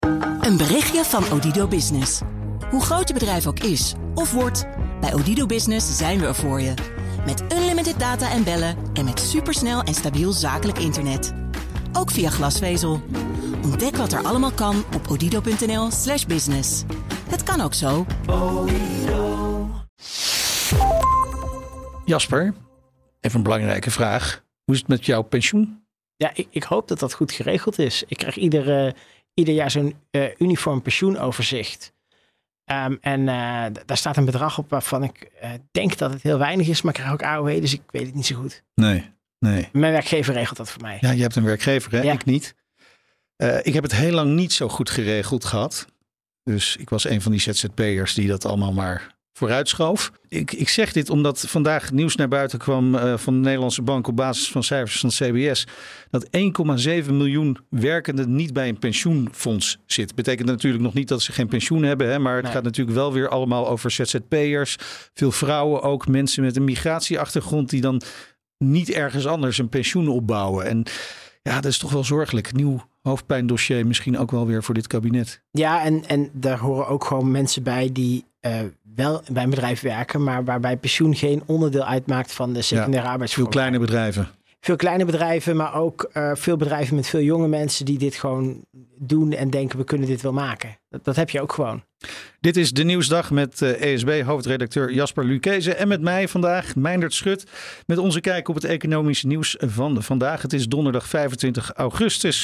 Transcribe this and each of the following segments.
Een berichtje van Odido Business. Hoe groot je bedrijf ook is of wordt, bij Odido Business zijn we er voor je. Met unlimited data en bellen en met supersnel en stabiel zakelijk internet. Ook via glasvezel. Ontdek wat er allemaal kan op odido.nl/business. Het kan ook zo. Jasper, even een belangrijke vraag. Hoe is het met jouw pensioen? Ja, ik hoop dat dat goed geregeld is. Ik krijg ieder jaar zo'n uniform pensioenoverzicht. Daar staat een bedrag op waarvan ik denk dat het heel weinig is. Maar ik krijg ook AOW, dus ik weet het niet zo goed. Nee. Mijn werkgever regelt dat voor mij. Ja, je hebt een werkgever, hè? Ja. Ik niet. Ik heb het heel lang niet zo goed geregeld gehad. Dus ik was een van die ZZP'ers die dat allemaal maar vooruitschoof. Ik zeg dit omdat vandaag nieuws naar buiten kwam van de Nederlandse Bank op basis van cijfers van CBS. Dat 1,7 miljoen werkenden niet bij een pensioenfonds zit. Betekent natuurlijk nog niet dat ze geen pensioen hebben. Hè, maar het gaat natuurlijk wel weer allemaal over ZZP'ers. Veel vrouwen ook, mensen met een migratieachtergrond die dan niet ergens anders een pensioen opbouwen. En ja, dat is toch wel zorgelijk. Nieuw hoofdpijndossier misschien ook wel weer voor dit kabinet. Ja, en daar horen ook gewoon mensen bij die wel bij een bedrijf werken, maar waarbij pensioen geen onderdeel uitmaakt van de secundaire arbeidsvorm. Veel kleine bedrijven. Veel kleine bedrijven, maar ook veel bedrijven met veel jonge mensen die dit gewoon doen en denken we kunnen dit wel maken. Dat heb je ook gewoon. Dit is de Nieuwsdag met ESB-hoofdredacteur Jasper Lucchese en met mij vandaag Meindert Schut met onze kijk op het economische nieuws van vandaag. Het is donderdag 25 augustus.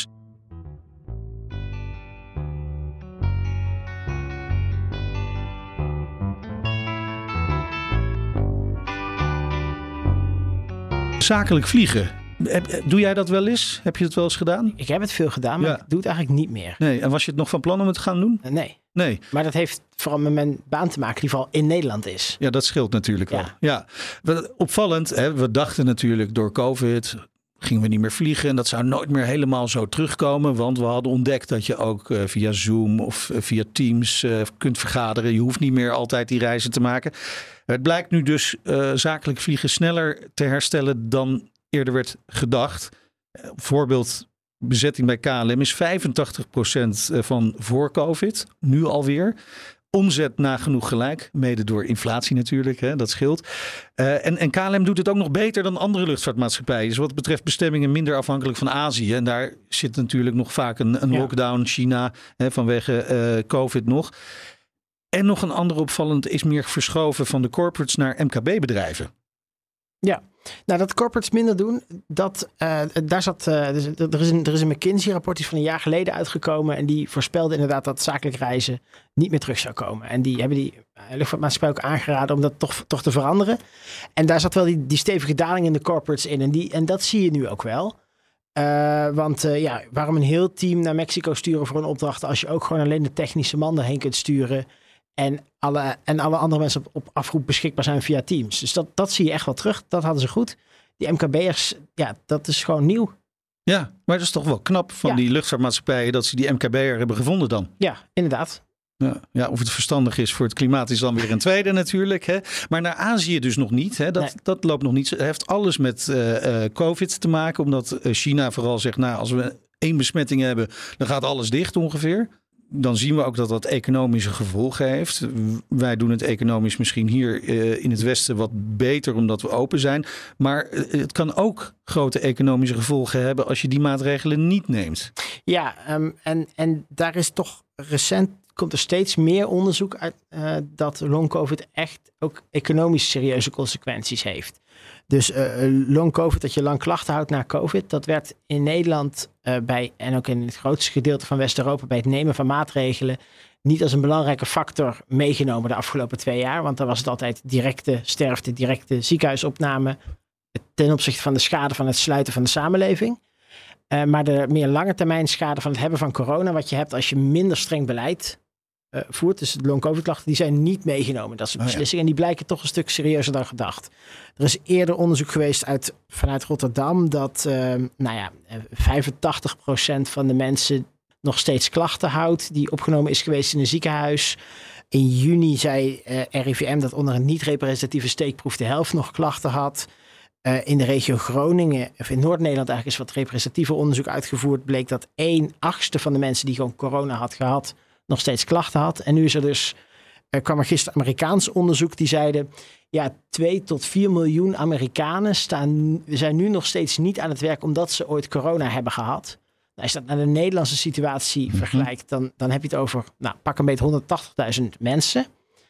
Zakelijk vliegen. Doe jij dat wel eens? Heb je het wel eens gedaan? Ik heb het veel gedaan, maar ik doe het eigenlijk niet meer. Nee, en was je het nog van plan om het te gaan doen? Nee. Maar dat heeft vooral met mijn baan te maken, die vooral in Nederland is. Ja, dat scheelt natuurlijk wel. Ja. Opvallend, hè? We dachten natuurlijk door COVID gingen we niet meer vliegen. En dat zou nooit meer helemaal zo terugkomen. Want we hadden ontdekt dat je ook via Zoom of via Teams kunt vergaderen. Je hoeft niet meer altijd die reizen te maken. Het blijkt nu dus zakelijk vliegen sneller te herstellen dan eerder werd gedacht. Voorbeeld, bezetting bij KLM is 85% van voor COVID. Nu alweer. Omzet nagenoeg gelijk. Mede door inflatie natuurlijk. Hè, dat scheelt. En KLM doet het ook nog beter dan andere luchtvaartmaatschappijen. Dus wat betreft bestemmingen minder afhankelijk van Azië. En daar zit natuurlijk nog vaak een lockdown. China vanwege COVID nog. En nog een ander opvallend is meer verschoven van de corporates naar MKB-bedrijven. Ja, nou dat corporates minder doen, er is een McKinsey-rapport die is van een jaar geleden uitgekomen en die voorspelde inderdaad dat zakelijk reizen niet meer terug zou komen. En die hebben die luchtvaartmaatschappij ook aangeraden om dat toch te veranderen. En daar zat wel die stevige daling in de corporates in en dat zie je nu ook wel. Waarom een heel team naar Mexico sturen voor een opdracht als je ook gewoon alleen de technische man erheen kunt sturen en alle andere mensen op afroep beschikbaar zijn via Teams. Dus dat zie je echt wel terug. Dat hadden ze goed. Die MKB'ers, dat is gewoon nieuw. Ja, maar dat is toch wel knap van die luchtvaartmaatschappijen dat ze die MKB'er hebben gevonden dan. Ja, inderdaad. Ja, of het verstandig is voor het klimaat is dan weer een tweede natuurlijk. Hè. Maar naar Azië dus nog niet. Hè. Dat loopt nog niet. Het heeft alles met COVID te maken. Omdat China vooral zegt, als we 1 besmetting hebben, dan gaat alles dicht ongeveer. Dan zien we ook dat dat economische gevolgen heeft. Wij doen het economisch misschien hier in het Westen wat beter omdat we open zijn. Maar het kan ook grote economische gevolgen hebben als je die maatregelen niet neemt. Ja, en daar is toch recent komt er steeds meer onderzoek uit dat long COVID echt ook economisch serieuze consequenties heeft. Dus long COVID, dat je lang klachten houdt na COVID, dat werd in Nederland en ook in het grootste gedeelte van West-Europa bij het nemen van maatregelen niet als een belangrijke factor meegenomen de afgelopen 2 jaar. Want dan was het altijd directe sterfte, directe ziekenhuisopname ten opzichte van de schade van het sluiten van de samenleving. Maar de meer lange termijn schade van het hebben van corona, wat je hebt als je minder streng beleid voert, dus de long-covid-klachten, die zijn niet meegenomen. Dat is een beslissing en die blijken toch een stuk serieuzer dan gedacht. Er is eerder onderzoek geweest vanuit Rotterdam dat 85% van de mensen nog steeds klachten houdt die opgenomen is geweest in een ziekenhuis. In juni zei RIVM dat onder een niet-representatieve steekproef de helft nog klachten had. in de regio Groningen, of in Noord-Nederland eigenlijk is wat representatiever onderzoek uitgevoerd. Bleek dat 1/8 van de mensen die gewoon corona had gehad, nog steeds klachten had. En nu is er dus, kwam er gisteren Amerikaans onderzoek die zeiden, 2 tot 4 miljoen Amerikanen zijn nu nog steeds niet aan het werk omdat ze ooit corona hebben gehad. Nou, als je dat naar de Nederlandse situatie vergelijkt, dan heb je het over, pak een beetje 180.000 mensen.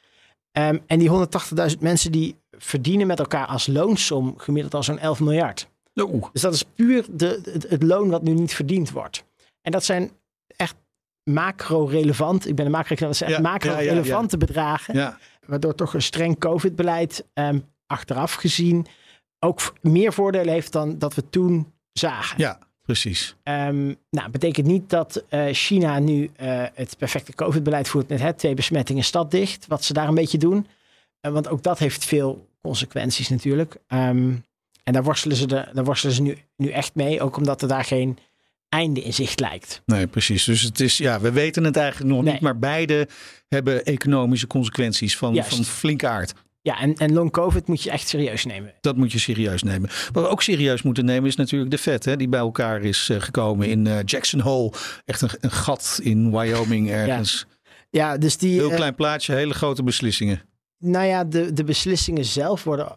En die 180.000 mensen die verdienen met elkaar als loonsom gemiddeld al zo'n 11 miljard. Dus dat is puur het loon wat nu niet verdiend wordt. En dat zijn echt macro-relevant. Ik ben een macro-econoom. Dat zijn echt macro-relevante bedragen. Ja. Waardoor toch een streng COVID-beleid achteraf gezien ook meer voordelen heeft dan dat we toen zagen. Ja, precies. Betekent niet dat China nu het perfecte COVID-beleid voert met 2 besmettingen stad dicht. Wat ze daar een beetje doen. Want ook dat heeft veel consequenties natuurlijk. En daar worstelen ze nu echt mee. Ook omdat er daar geen einde in zicht lijkt. Nee, precies. Dus het is, we weten het eigenlijk nog niet. Maar beide hebben economische consequenties van flinke aard. Ja, en long COVID moet je echt serieus nemen. Dat moet je serieus nemen. Wat we ook serieus moeten nemen is natuurlijk de Fed. Die bij elkaar is gekomen in Jackson Hole. Echt een gat in Wyoming ergens. Ja, dus die... Heel klein plaatje, hele grote beslissingen. Nou ja, de beslissingen zelf worden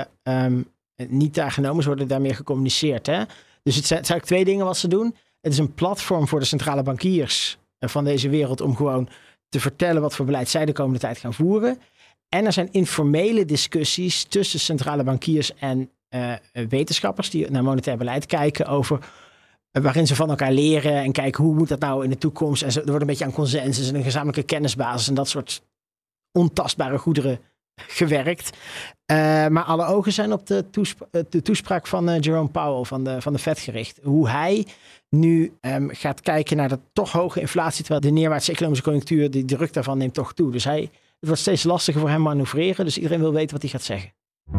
niet daar genomen. Ze worden daarmee gecommuniceerd. Hè? Dus het zijn eigenlijk 2 dingen wat ze doen. Het is een platform voor de centrale bankiers van deze wereld om gewoon te vertellen wat voor beleid zij de komende tijd gaan voeren. En er zijn informele discussies tussen centrale bankiers en wetenschappers die naar monetair beleid kijken over waarin ze van elkaar leren en kijken hoe moet dat nou in de toekomst. En er wordt een beetje aan consensus en een gezamenlijke kennisbasis en dat soort ontastbare goederen gewerkt. Maar alle ogen zijn op de toespraak van Jerome Powell van de Fed gericht. Hoe hij nu gaat kijken naar de toch hoge inflatie, terwijl de neerwaartse economische conjunctuur, die druk daarvan neemt toch toe. Dus het wordt steeds lastiger voor hem manoeuvreren. Dus iedereen wil weten wat hij gaat zeggen.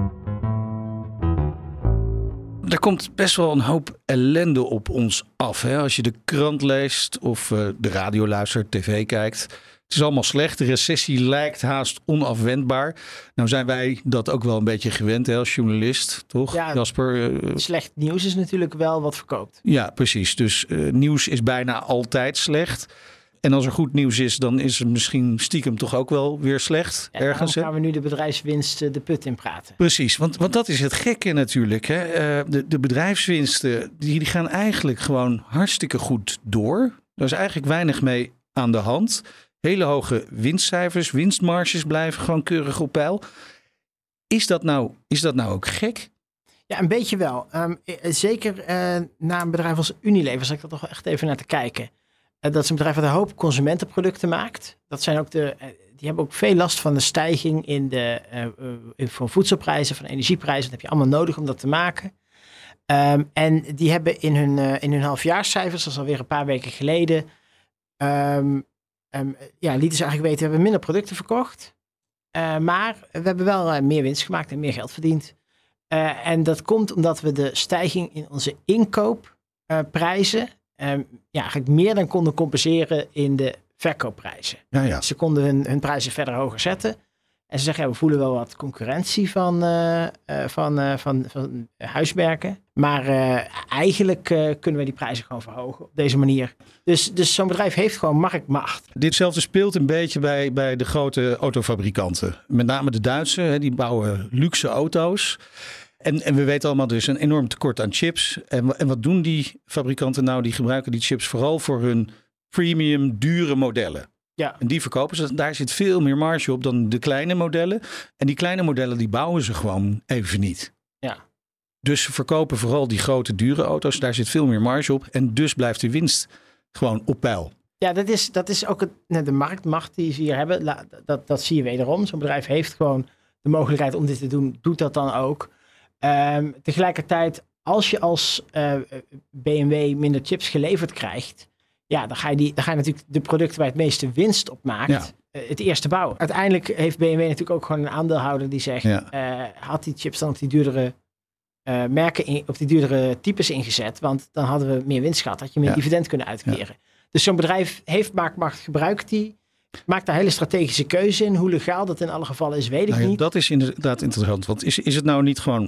Er komt best wel een hoop ellende op ons af. Hè? Als je de krant leest of de radio luistert, tv kijkt. Het is allemaal slecht. De recessie lijkt haast onafwendbaar. Nou zijn wij dat ook wel een beetje gewend als journalist, toch, Jasper? Slecht nieuws is natuurlijk wel wat verkoopt. Ja, precies. Dus nieuws is bijna altijd slecht. En als er goed nieuws is, dan is het misschien stiekem toch ook wel weer slecht. Ja, ergens. Dan gaan we nu de bedrijfswinst de put in praten. Precies, want dat is het gekke natuurlijk. Hè? De bedrijfswinsten die gaan eigenlijk gewoon hartstikke goed door. Er is eigenlijk weinig mee aan de hand. Hele hoge winstcijfers, winstmarges blijven gewoon keurig op peil. Is dat nou ook gek? Ja, een beetje wel. Zeker na een bedrijf als Unilever zat ik er toch echt even naar te kijken. Dat is een bedrijf dat een hoop consumentenproducten maakt. Dat zijn ook die hebben ook veel last van de stijging van voedselprijzen, van energieprijzen. Dat heb je allemaal nodig om dat te maken. En die hebben in hun halfjaarscijfers, dat is alweer een paar weken geleden, lieten ze eigenlijk weten, we hebben minder producten verkocht. Maar we hebben wel meer winst gemaakt en meer geld verdiend. En dat komt omdat we de stijging in onze inkoopprijzen eigenlijk meer dan konden compenseren in de verkoopprijzen. Ja. Ze konden hun prijzen verder hoger zetten. En ze zeggen, we voelen wel wat concurrentie van huismerken. Maar eigenlijk kunnen we die prijzen gewoon verhogen op deze manier. Dus zo'n bedrijf heeft gewoon marktmacht. Ditzelfde speelt een beetje bij de grote autofabrikanten. Met name de Duitse, die bouwen luxe auto's. En we weten allemaal, er is een enorm tekort aan chips. En wat doen die fabrikanten nou? Die gebruiken die chips vooral voor hun premium, dure modellen. Ja. En die verkopen ze. Daar zit veel meer marge op dan de kleine modellen. En die kleine modellen, die bouwen ze gewoon even niet. Ja. Dus ze verkopen vooral die grote, dure auto's. Daar zit veel meer marge op. En dus blijft de winst gewoon op peil. Ja, dat is ook de marktmacht die ze hier hebben. Dat zie je wederom. Zo'n bedrijf heeft gewoon de mogelijkheid om dit te doen. Doet dat dan ook. Tegelijkertijd, als je als BMW minder chips geleverd krijgt, dan ga je natuurlijk de producten waar het meeste winst op maakt, het eerste bouwen. Uiteindelijk heeft BMW natuurlijk ook gewoon een aandeelhouder die zegt, had die chips dan op die duurdere merken, op die duurdere types ingezet, want dan hadden we meer winst gehad, had je meer dividend kunnen uitkeren. Ja. Dus zo'n bedrijf heeft marktmacht, gebruikt die, maakt daar hele strategische keuze in. Hoe legaal dat in alle gevallen is, weet ik niet. Dat is inderdaad interessant, want is het nou niet gewoon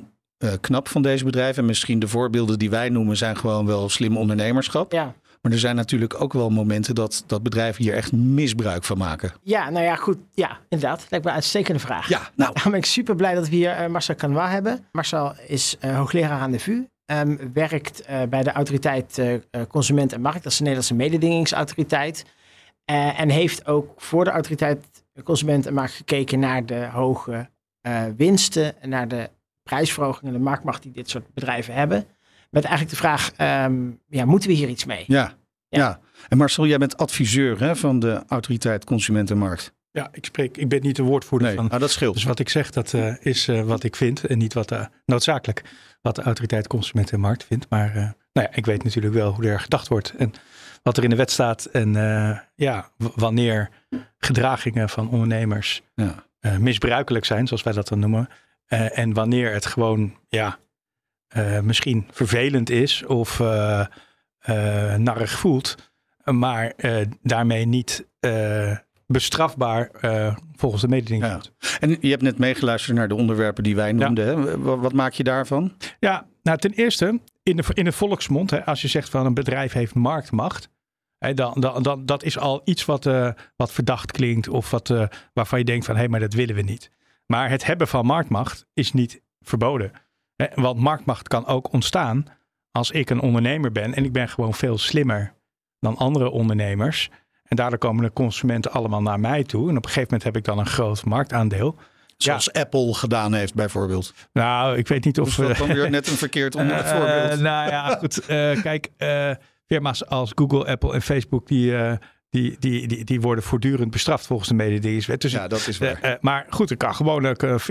knap van deze bedrijven. En misschien de voorbeelden die wij noemen zijn gewoon wel slim ondernemerschap. Ja. Maar er zijn natuurlijk ook wel momenten dat bedrijven hier echt misbruik van maken. Ja, nou ja, goed. Ja, inderdaad. Lijkt me een uitstekende vraag. Ja, nou. Dan ben ik super blij dat we hier Marcel Canois hebben. Marcel is hoogleraar aan de VU. Werkt bij de autoriteit Consument en Markt. Dat is de Nederlandse mededingingsautoriteit. En heeft ook voor de autoriteit Consument en Markt gekeken naar de hoge winsten. En naar de prijsverhogingen, de marktmacht die dit soort bedrijven hebben. Met eigenlijk de vraag, moeten we hier iets mee? Ja. En Marcel, jij bent adviseur van de autoriteit Consument en Markt. Ja, ik ben niet de woordvoerder van. Dat scheelt. Dus wat ik zeg, dat is wat ik vind en niet wat noodzakelijk wat de autoriteit Consument en Markt vindt. Maar ik weet natuurlijk wel hoe er gedacht wordt en wat er in de wet staat. En wanneer gedragingen van ondernemers misbruikelijk zijn, zoals wij dat dan noemen. En wanneer het gewoon misschien vervelend is of narrig voelt, maar daarmee niet bestrafbaar volgens de mededingingswet. Ja. En je hebt net meegeluisterd naar de onderwerpen die wij noemden. Ja. Hè? Wat maak je daarvan? Ja, nou ten eerste, in de volksmond, als je zegt van een bedrijf heeft marktmacht, dan dat is al iets wat verdacht klinkt of waarvan je denkt van maar dat willen we niet. Maar het hebben van marktmacht is niet verboden. Want marktmacht kan ook ontstaan als ik een ondernemer ben en ik ben gewoon veel slimmer dan andere ondernemers. En daardoor komen de consumenten allemaal naar mij toe. En op een gegeven moment heb ik dan een groot marktaandeel. Zoals Apple gedaan heeft bijvoorbeeld. Nou, ik weet niet of... Dus dat dan weer net een verkeerd voorbeeld. Nou ja, goed. Kijk, firma's als Google, Apple en Facebook die worden voortdurend bestraft volgens de mededingingswet. Dus dat is waar. Maar goed, er kan gewoon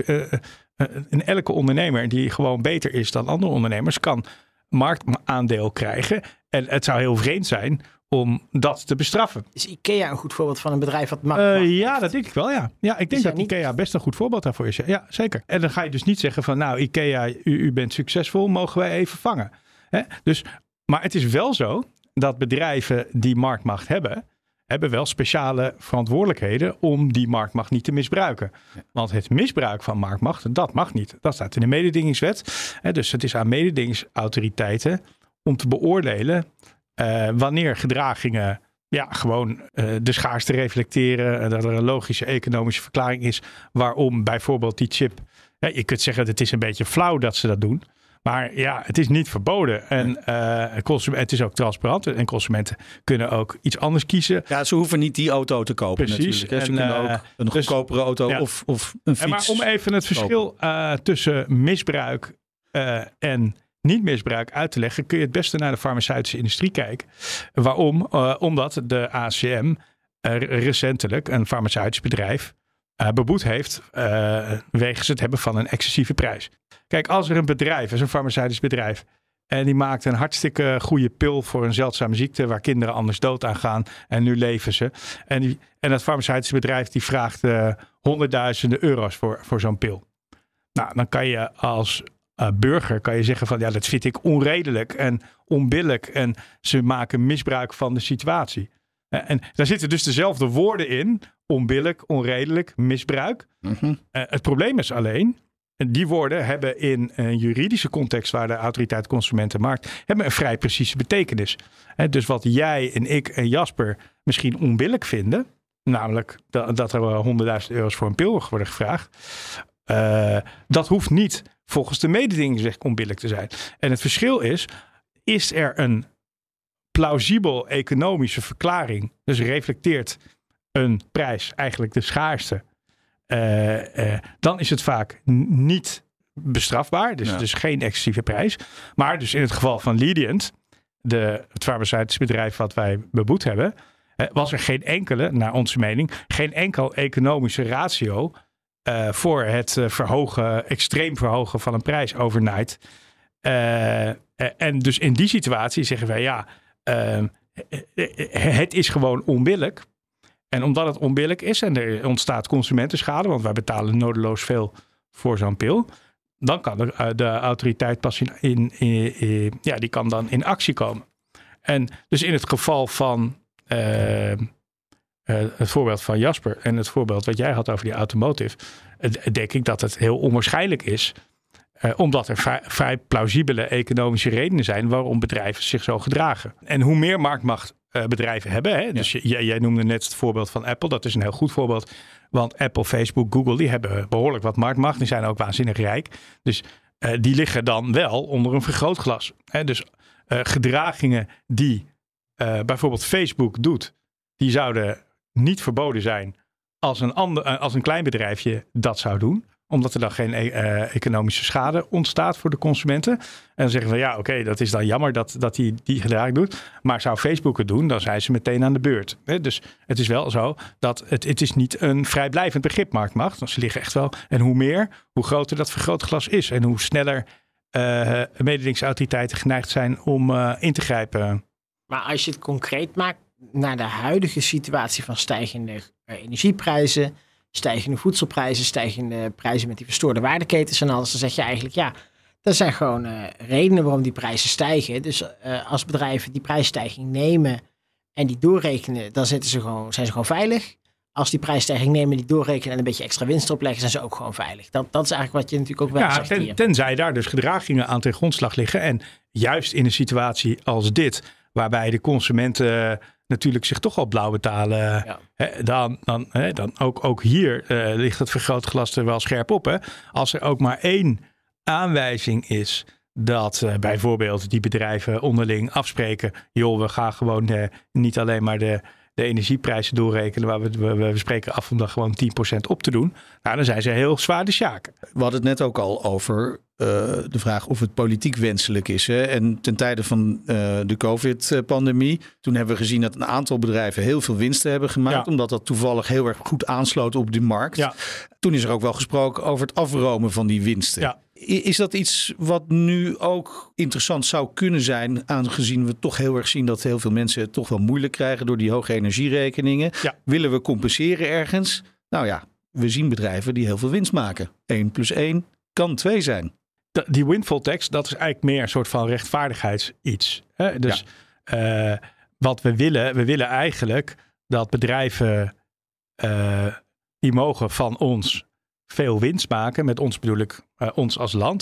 elke ondernemer die gewoon beter is dan andere ondernemers kan marktaandeel krijgen. En het zou heel vreemd zijn om dat te bestraffen. Is IKEA een goed voorbeeld van een bedrijf wat marktmacht heeft? Dat denk ik wel, ja. Ja, ik denk dat IKEA best een goed voorbeeld daarvoor is. Ja, zeker. En dan ga je dus niet zeggen van IKEA, u bent succesvol, mogen wij even vangen. Dus, maar het is wel zo dat bedrijven die marktmacht hebben wel speciale verantwoordelijkheden om die marktmacht niet te misbruiken. Ja. Want het misbruik van marktmacht, dat mag niet. Dat staat in de mededingingswet. Dus het is aan mededingingsautoriteiten om te beoordelen wanneer gedragingen gewoon de schaarste reflecteren. Dat er een logische economische verklaring is waarom bijvoorbeeld die chip. Je kunt zeggen dat het is een beetje flauw dat ze dat doen. Maar het is niet verboden. En het is ook transparant. En consumenten kunnen ook iets anders kiezen. Ja, ze hoeven niet die auto te kopen. Precies. Natuurlijk. Ze kunnen ook een goedkopere auto of een fiets. Maar om even het verschil tussen misbruik en niet misbruik uit te leggen, kun je het beste naar de farmaceutische industrie kijken. Waarom? Omdat de ACM recentelijk, een farmaceutisch bedrijf, beboet heeft wegens het hebben van een excessieve prijs. Kijk, als er een bedrijf is, een farmaceutisch bedrijf, en die maakt een hartstikke goede pil voor een zeldzame ziekte waar kinderen anders dood aan gaan en nu leven ze. En dat farmaceutische bedrijf die vraagt honderdduizenden euro's voor zo'n pil. Nou, dan kan je als burger zeggen van dat vind ik onredelijk en onbillijk en ze maken misbruik van de situatie. En daar zitten dus dezelfde woorden in. Onbillijk, onredelijk, misbruik. Mm-hmm. Het probleem is alleen, die woorden hebben in een juridische context waar de autoriteit Consument en Markt hebben een vrij precieze betekenis. Dus wat jij en ik en Jasper misschien onbillijk vinden, namelijk dat er 100.000 euro's voor een pil worden gevraagd, dat hoeft niet volgens de mededingingswet onbillijk te zijn. En het verschil is er een plausibel economische verklaring, dus reflecteert een prijs eigenlijk de schaarste, dan is het vaak niet bestrafbaar. Dus het is geen excessieve prijs. Maar dus in het geval van Leadient, het farmaceutisch bedrijf wat wij beboet hebben, was er geen enkele, naar onze mening, geen enkel economische ratio voor het extreem verhogen van een prijs overnight. En dus in die situatie zeggen wij het is gewoon onbillijk. En omdat het onbillijk is en er ontstaat consumentenschade, want wij betalen nodeloos veel voor zo'n pil, dan kan de autoriteit pas die kan dan in actie komen. En dus in het geval van het voorbeeld van Jasper en het voorbeeld wat jij had over die automotive, denk ik dat het heel onwaarschijnlijk is Omdat er vrij plausibele economische redenen zijn waarom bedrijven zich zo gedragen. En hoe meer marktmacht bedrijven hebben. Hè? Dus jij noemde net het voorbeeld van Apple. Dat is een heel goed voorbeeld. Want Apple, Facebook, Google, die hebben behoorlijk wat marktmacht. Die zijn ook waanzinnig rijk. Dus die liggen dan wel onder een vergrootglas. Hè? Dus gedragingen die bijvoorbeeld Facebook doet, die zouden niet verboden zijn als een klein bedrijfje dat zou doen. Omdat er dan geen economische schade ontstaat voor de consumenten. En dan zeggen we oké, dat is dan jammer dat hij die gedrag doet. Maar zou Facebook het doen, dan zijn ze meteen aan de beurt. Dus het is wel zo dat het is niet een vrijblijvend begrip marktmacht. Want ze liggen echt wel. En hoe groter dat vergrootglas is. En hoe sneller mededingingsautoriteiten geneigd zijn om in te grijpen. Maar als je het concreet maakt naar de huidige situatie van stijgende energieprijzen, stijgende voedselprijzen, stijgende prijzen met die verstoorde waardeketens en alles, dan zeg je eigenlijk er zijn gewoon redenen waarom die prijzen stijgen. Dus als bedrijven die prijsstijging nemen en die doorrekenen, dan zijn ze gewoon veilig. Als die prijsstijging nemen, die doorrekenen en een beetje extra winst opleggen, zijn ze ook gewoon veilig. Dat is eigenlijk wat je natuurlijk ook wel zegt hier. Tenzij daar dus gedragingen aan ten grondslag liggen. En juist in een situatie als dit, waarbij de consumenten natuurlijk zich toch al blauw betalen. Ja. Dan ook hier ligt het vergrootglas er wel scherp op. Hè? Als er ook maar één aanwijzing is dat bijvoorbeeld die bedrijven onderling afspreken, we gaan gewoon niet alleen maar de energieprijzen doorrekenen, maar we spreken af om dat gewoon 10% op te doen. Nou, dan zijn ze heel zwaar de sjaak. We hadden het net ook al over de vraag of het politiek wenselijk is. Hè? En ten tijde van de COVID-pandemie, toen hebben we gezien dat een aantal bedrijven heel veel winsten hebben gemaakt, omdat dat toevallig heel erg goed aansloot op de markt. Ja. Toen is er ook wel gesproken over het afromen van die winsten. Ja. Is dat iets wat nu ook interessant zou kunnen zijn, aangezien we toch heel erg zien dat heel veel mensen het toch wel moeilijk krijgen door die hoge energierekeningen? Ja. Willen we compenseren ergens? Nou ja, we zien bedrijven die heel veel winst maken. 1 + 1 kan 2 zijn. Die windfall tax, dat is eigenlijk meer een soort van rechtvaardigheidsiets. Hè? Dus wat we willen eigenlijk dat bedrijven die mogen van ons veel winst maken. Met ons bedoel ik ons als land.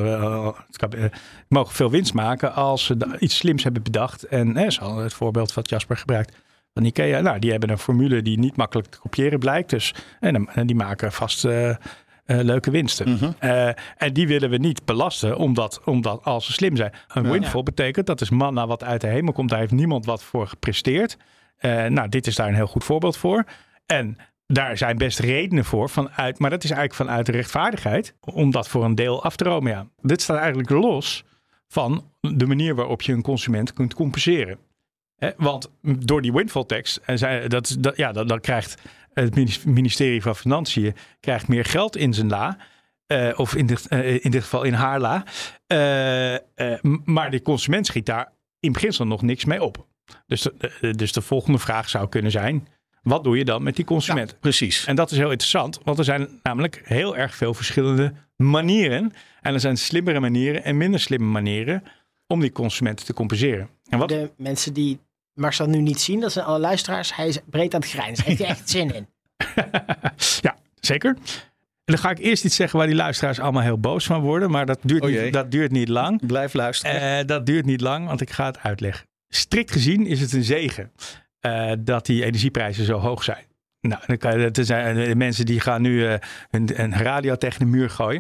Mogen veel winst maken als ze iets slims hebben bedacht. En het voorbeeld wat Jasper gebruikt van IKEA. Nou, die hebben een formule die niet makkelijk te kopiëren blijkt. Dus, en die maken vast leuke winsten. Mm-hmm. En die willen we niet belasten, omdat als ze slim zijn. Een windfall betekent dat is manna wat uit de hemel komt. Daar heeft niemand wat voor gepresteerd. Dit is daar een heel goed voorbeeld voor. En daar zijn best redenen voor, maar dat is eigenlijk vanuit de rechtvaardigheid, om dat voor een deel af te romen. Ja. Dit staat eigenlijk los van de manier waarop je een consument kunt compenseren. Want door die windfall tax, dan krijgt het ministerie van Financiën meer geld in zijn la. Of in dit geval in haar la. Maar de consument schiet daar in beginsel nog niks mee op. Dus de volgende vraag zou kunnen zijn: wat doe je dan met die consument? Ja, precies. En dat is heel interessant, want er zijn namelijk heel erg veel verschillende manieren. En er zijn slimmere manieren en minder slimme manieren om die consumenten te compenseren. En de mensen die Marcel nu niet zien, dat zijn alle luisteraars. Hij is breed aan het grijnzen. Heeft hij echt zin in? Ja, zeker. En dan ga ik eerst iets zeggen waar die luisteraars allemaal heel boos van worden. Maar dat duurt niet lang. Blijf luisteren. Dat duurt niet lang, want ik ga het uitleggen. Strikt gezien is het een zegen dat die energieprijzen zo hoog zijn. Nou, er zijn de mensen die gaan nu een radio tegen de muur gooien.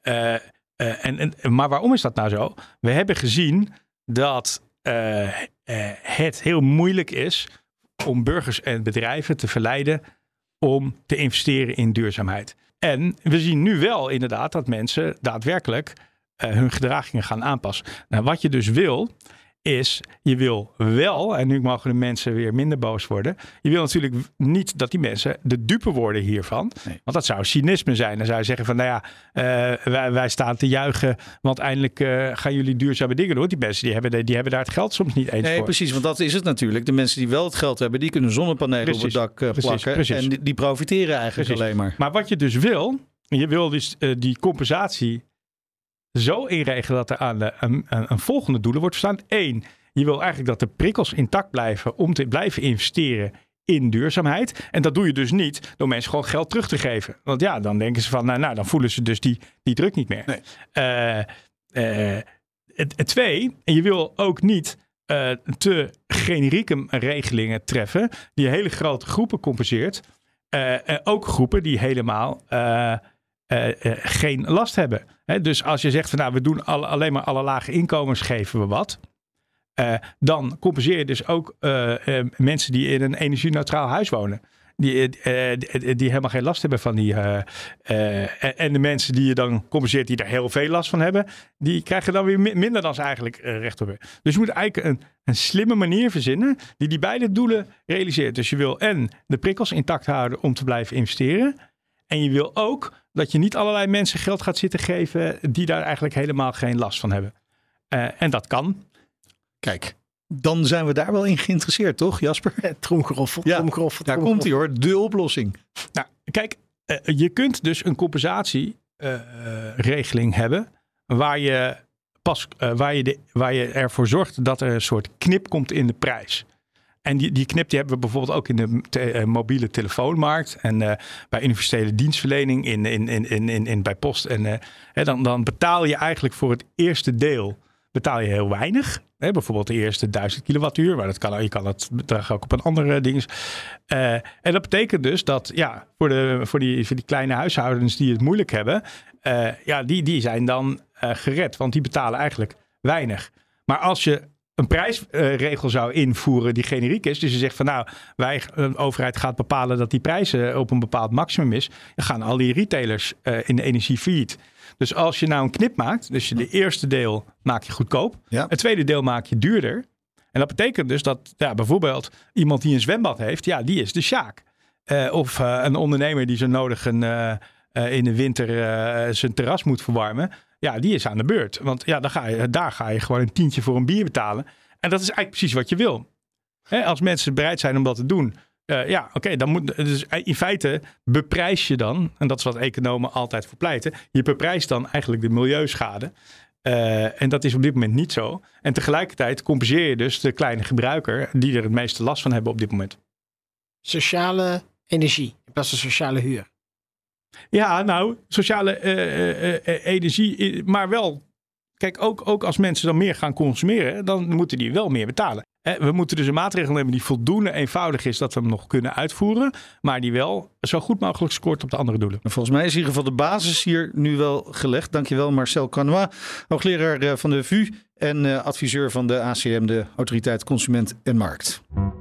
Maar waarom is dat nou zo? We hebben gezien dat het heel moeilijk is om burgers en bedrijven te verleiden om te investeren in duurzaamheid. En we zien nu wel inderdaad dat mensen daadwerkelijk hun gedragingen gaan aanpassen. Nou, wat je dus wil, is je wil wel, en nu mogen de mensen weer minder boos worden, je wil natuurlijk niet dat die mensen de dupe worden hiervan. Nee. Want dat zou cynisme zijn. Dan zou je zeggen van, wij staan te juichen, want eindelijk gaan jullie duurzame dingen doen. Die mensen die hebben daar het geld soms niet eens voor. Precies, want dat is het natuurlijk. De mensen die wel het geld hebben, die kunnen zonnepanelen op het dak plakken. Precies. En die profiteren eigenlijk alleen maar. Maar wat je dus wil, je wil dus die compensatie zo inregelen dat er aan een volgende doelen wordt verstaan. 1, je wil eigenlijk dat de prikkels intact blijven om te blijven investeren in duurzaamheid. En dat doe je dus niet door mensen gewoon geld terug te geven. Want ja, dan denken ze van, nou dan voelen ze dus die druk niet meer. Nee. Twee, en je wil ook niet te generieke regelingen treffen die hele grote groepen compenseert. Ook groepen die helemaal geen last hebben. Dus als je zegt van we doen alleen maar alle lage inkomens geven we wat. Dan compenseer je dus ook mensen die in een energie-neutraal huis wonen. Die helemaal geen last hebben van die. En de mensen die je dan compenseert die er heel veel last van hebben. Die krijgen dan weer minder dan ze eigenlijk recht op hebben. Dus je moet eigenlijk een slimme manier verzinnen die beide doelen realiseert. Dus je wil en de prikkels intact houden om te blijven investeren. En je wil ook dat je niet allerlei mensen geld gaat zitten geven die daar eigenlijk helemaal geen last van hebben. En dat kan. Kijk, dan zijn we daar wel in geïnteresseerd, toch Jasper? Tromgeroffel. Daar komt hij hoor, de oplossing. Nou, kijk, je kunt dus een compensatieregeling hebben waar je ervoor zorgt dat er een soort knip komt in de prijs. En die knip die hebben we bijvoorbeeld ook in de mobiele telefoonmarkt en bij universele dienstverlening bij post. En dan betaal je eigenlijk voor het eerste deel betaal je heel weinig. Bijvoorbeeld de eerste 1000 kilowattuur. Maar je kan het bedrag ook op een andere ding. En dat betekent dus dat voor die kleine huishoudens die het moeilijk hebben. Die zijn dan gered. Want die betalen eigenlijk weinig. Maar als je een prijsregel zou invoeren die generiek is. Dus je zegt van de overheid gaat bepalen dat die prijzen op een bepaald maximum is. Dan gaan al die retailers in de energie failliet. Dus als je nou een knip maakt, dus de eerste deel maak je goedkoop. Ja. Het tweede deel maak je duurder. En dat betekent dus dat bijvoorbeeld iemand die een zwembad heeft, die is de sjaak. Of een ondernemer die zo nodig in de winter zijn terras moet verwarmen. Ja, die is aan de beurt. Want daar ga je gewoon een tientje voor een bier betalen. En dat is eigenlijk precies wat je wil. Als mensen bereid zijn om dat te doen. Dan moet. Dus in feite beprijs je dan, en dat is wat economen altijd voor pleiten. Je beprijst dan eigenlijk de milieuschade. En dat is op dit moment niet zo. En tegelijkertijd compenseer je dus de kleine gebruiker die er het meeste last van hebben op dit moment. Sociale energie in plaats van sociale huur. Ja, sociale energie, maar wel. Kijk, ook als mensen dan meer gaan consumeren, dan moeten die wel meer betalen. We moeten dus een maatregel hebben die voldoende eenvoudig is dat we hem nog kunnen uitvoeren, maar die wel zo goed mogelijk scoort op de andere doelen. Volgens mij is in ieder geval de basis hier nu wel gelegd. Dankjewel Marcel Canois, hoogleraar van de VU en adviseur van de ACM, de Autoriteit Consument en Markt.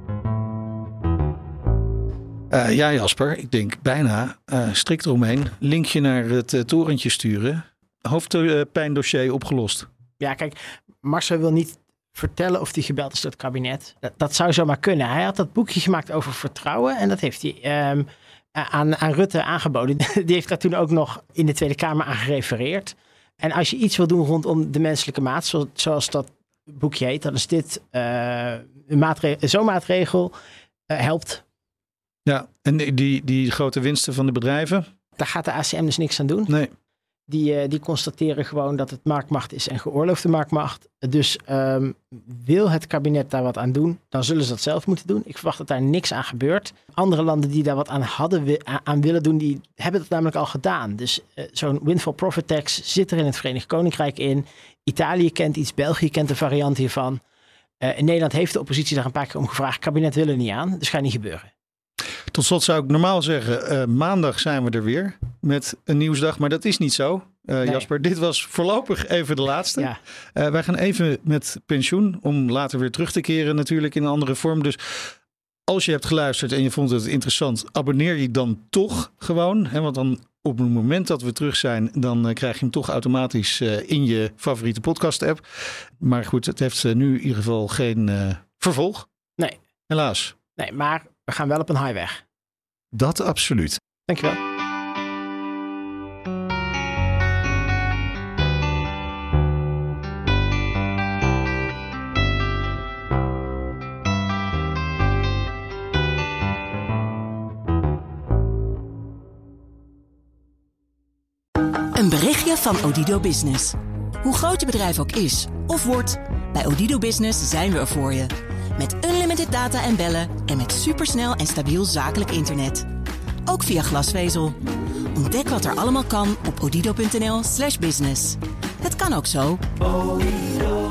Jasper, ik denk bijna strikt eromheen. Linkje naar het torentje sturen. Hoofdpijndossier opgelost. Ja, kijk, Marcel wil niet vertellen of hij gebeld is door het kabinet. Dat zou zomaar kunnen. Hij had dat boekje gemaakt over vertrouwen en dat heeft hij aan Rutte aangeboden. Die heeft daar toen ook nog in de Tweede Kamer aan gerefereerd. En als je iets wil doen rondom de menselijke maat, zoals dat boekje heet, dan is dit zo'n maatregel helpt. Ja, en die grote winsten van de bedrijven? Daar gaat de ACM dus niks aan doen. Nee. Die constateren gewoon dat het marktmacht is en geoorloofde marktmacht. Dus wil het kabinet daar wat aan doen, dan zullen ze dat zelf moeten doen. Ik verwacht dat daar niks aan gebeurt. Andere landen die daar wat aan willen doen, die hebben dat namelijk al gedaan. Dus zo'n windfall profit tax zit er in het Verenigd Koninkrijk in. Italië kent iets, België kent een variant hiervan. In Nederland heeft de oppositie daar een paar keer om gevraagd. Het kabinet wil er niet aan, dus gaat niet gebeuren. Tot slot zou ik normaal zeggen, maandag zijn we er weer met een nieuwsdag. Maar dat is niet zo, nee. Jasper. Dit was voorlopig even de laatste. Ja. Wij gaan even met pensioen om later weer terug te keren natuurlijk in een andere vorm. Dus als je hebt geluisterd en je vond het interessant, abonneer je dan toch gewoon. Hè, want dan op het moment dat we terug zijn, dan krijg je hem toch automatisch in je favoriete podcast app. Maar goed, het heeft nu in ieder geval geen vervolg. Nee. Helaas. Nee, maar we gaan wel op een high weg. Dat absoluut. Dankjewel. Een berichtje van Odido Business. Hoe groot je bedrijf ook is of wordt, bij Odido Business zijn we er voor je. Met unlimited unlimited data en bellen en met supersnel en stabiel zakelijk internet. Ook via glasvezel. Ontdek wat er allemaal kan op odido.nl/business. Het kan ook zo.